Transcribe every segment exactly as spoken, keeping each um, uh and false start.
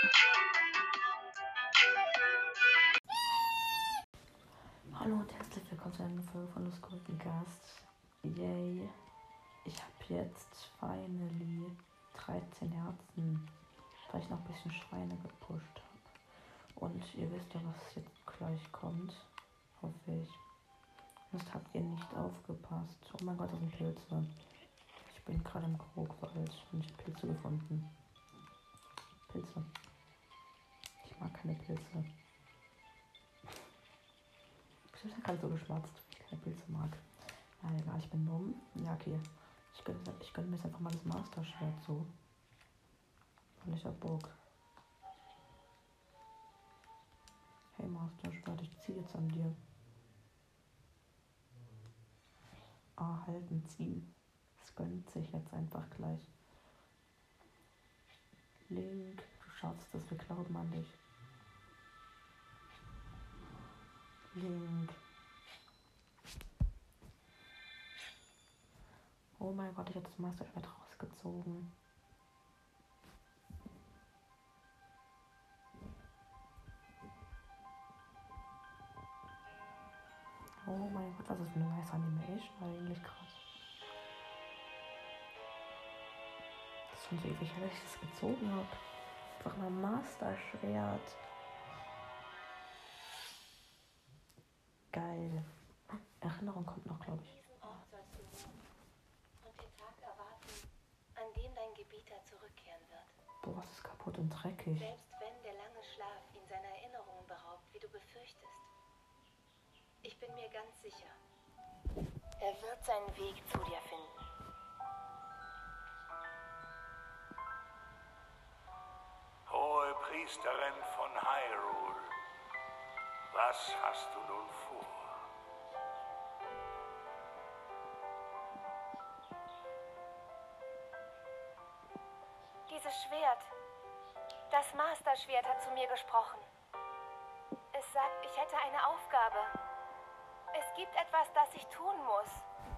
Hallo und herzlich willkommen zu einer Folge von Los Golden Gast. Yay! Ich habe jetzt finally dreizehn Herzen, weil ich noch ein bisschen Schweine gepusht habe. Und ihr wisst ja, was jetzt gleich kommt. Hoffe ich. Sonst habt ihr nicht aufgepasst. Oh mein Gott, das sind Pilze. Ich bin gerade im Krogwald und ich habe Pilze gefunden. Pilze. Ich mag keine Pilze. Ich habe gerade so geschmatzt, weil ich keine Pilze mag. Ja, egal, ich bin dumm. Ja, okay. Ich gönne, ich gönne mir jetzt einfach mal das Master-Schwert so. Weil ich hab Bock. Hey Master-Schwert, ich ziehe jetzt an dir. Ah, halten, ziehen. Das gönnt sich jetzt einfach gleich. Link, du schaffst es, wir glauben an dich. Link. Oh mein Gott, ich habe das Master-Schwert rausgezogen. Oh mein Gott, was ist für eine nice Animation eigentlich krass. Das ist schon so ewig, dass ich das gezogen habe. Einfach mal Master-Schwert. Geil. Erinnerung kommt noch, glaube ich. Diesen Ort sollst du wohnen und den Tag erwarten, an dem dein Gebieter zurückkehren wird. Boah, es ist kaputt und dreckig. Selbst wenn der lange Schlaf ihn seiner Erinnerungen beraubt, wie du befürchtest. Ich bin mir ganz sicher, er wird seinen Weg zu dir finden. Hohe Priesterin von Hyrule, was hast du nun vor? Dieses Schwert, das Master-Schwert hat zu mir gesprochen. Es sagt, ich hätte eine Aufgabe. Es gibt etwas, das ich tun muss.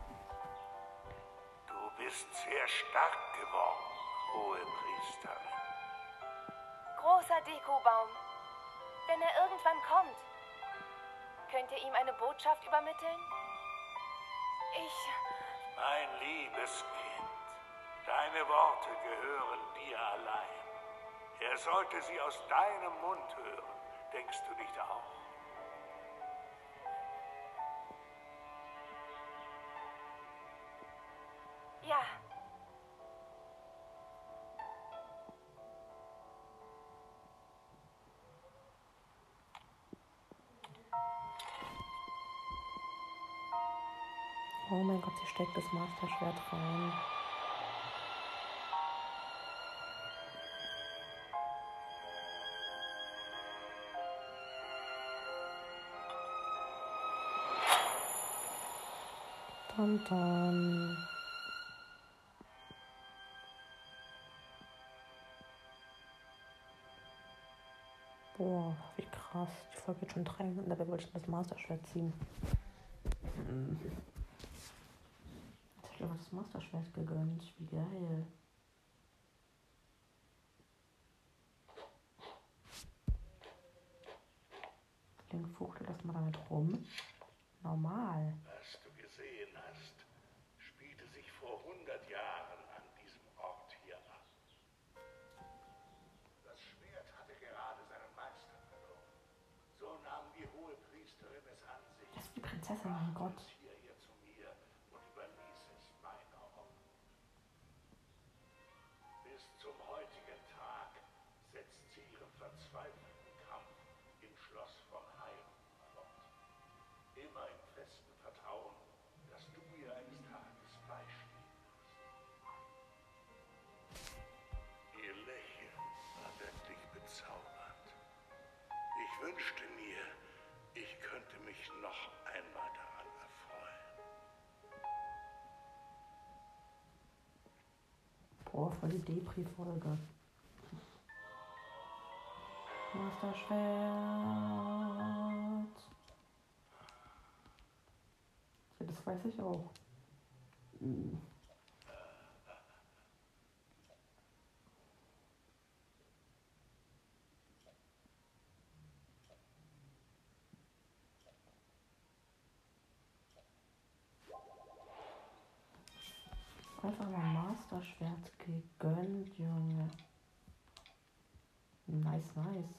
Du bist sehr stark geworden, hohe Priesterin. Großer Dekubaum, wenn er irgendwann kommt, könnt ihr ihm eine Botschaft übermitteln? Ich... Mein liebes Kind, deine Worte gehören dir allein. Er sollte sie aus deinem Mund hören. Denkst du nicht auch? Ja. Oh mein Gott, sie steckt das Master-Schwert rein. Dun, dun. Boah, wie krass. Die Folge geht schon drei Minuten, dabei wollte ich das Master-Schwert ziehen. Hm. Jetzt habe ich aber das Master-Schwert gegönnt. Wie geil. Link fuchtelt das mal damit rum. Normal. Was du gesehen hast, spielte sich vor hundert Jahren an diesem Ort hier ab. Das Schwert hatte gerade seinen Meister verloren. So nahm die hohe Priesterin es an sich. Das ist die Prinzessin, mein Gott. Es hierher zu mir und überließ es meiner Obhut. Bis zum heutigen Tag setzt sie ihren verzweifelten Kampf im Schloss von Hyrule fort. Immer im festen Vertrauen, dass du ihr eines Tages beistehen wirst. Ihr Lächeln war wirklich bezaubernd. Ich wünschte mir, ich könnte mich noch einmal daran erfreuen. Boah, voll die Depri-Folge. Master-Schwert. Ja, das weiß ich auch. Hm. Einfach mal ein Master-Schwert gegönnt, Junge. Nice, nice.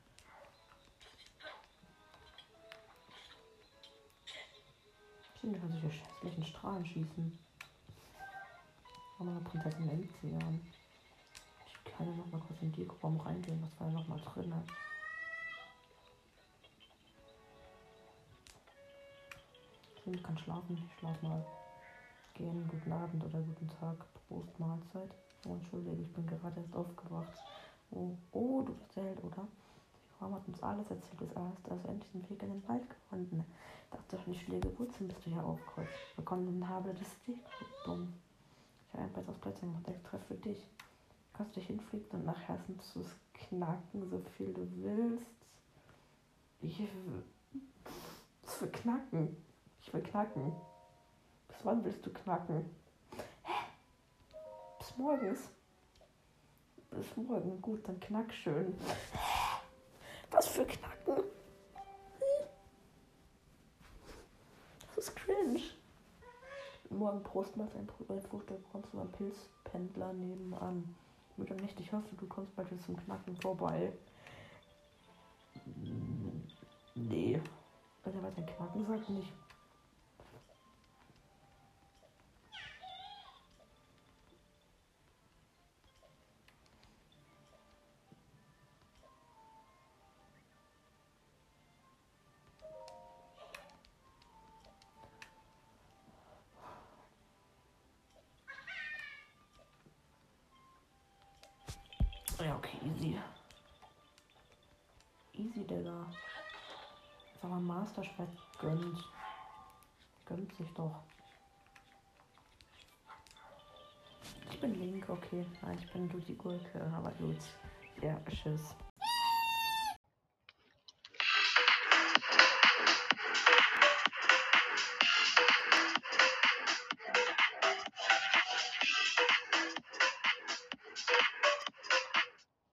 Stimmt, kann solche schätzlichen Strahlen schießen. Auch noch eine Prinzessin Enzian. Ich kann ja noch mal kurz in den Dekoraum reingehen. Was war da noch mal drin? Ich kann schlafen. Ich schlaf mal. Gehen. Guten Abend oder guten Tag. Prost, Mahlzeit. Oh, entschuldige, ich bin gerade erst aufgewacht. Oh, oh, du bist der Held, oder? Die Mama hat uns alles erzählt. Du hast also endlich den Weg in den Wald gefunden. Dachte schon, die schläge Wurzeln bist du ja aufgekreuzt. Bekommen den Habe des Stegum. Ich habe ein Bett aus Plätzchen und extra für dich. Du kannst dich hinfliegen und nachher kannst du es knacken, so viel du willst. Ich will... Was für knacken? Ich will knacken. Bis wann willst du knacken? Hä? Bis morgens. Bis morgen. Gut, dann knack schön. Hä? Was für knacken? Hm? Das ist cringe. Morgen Prost mal ein Frühstück, kommst du beim Pilzpendler nebenan. Mit dem Nächte, ich hoffe, du kommst bald wieder zum Knacken vorbei. Nee. Wenn er weiter Knacken sagt, nicht. Ja, okay, easy. Easy, Digga. Sag mal, Master-Schwert gönnt. Gönnt sich doch. Ich bin Link, okay. Nein, ich bin du die Gurke, aber gut. Ja, tschüss.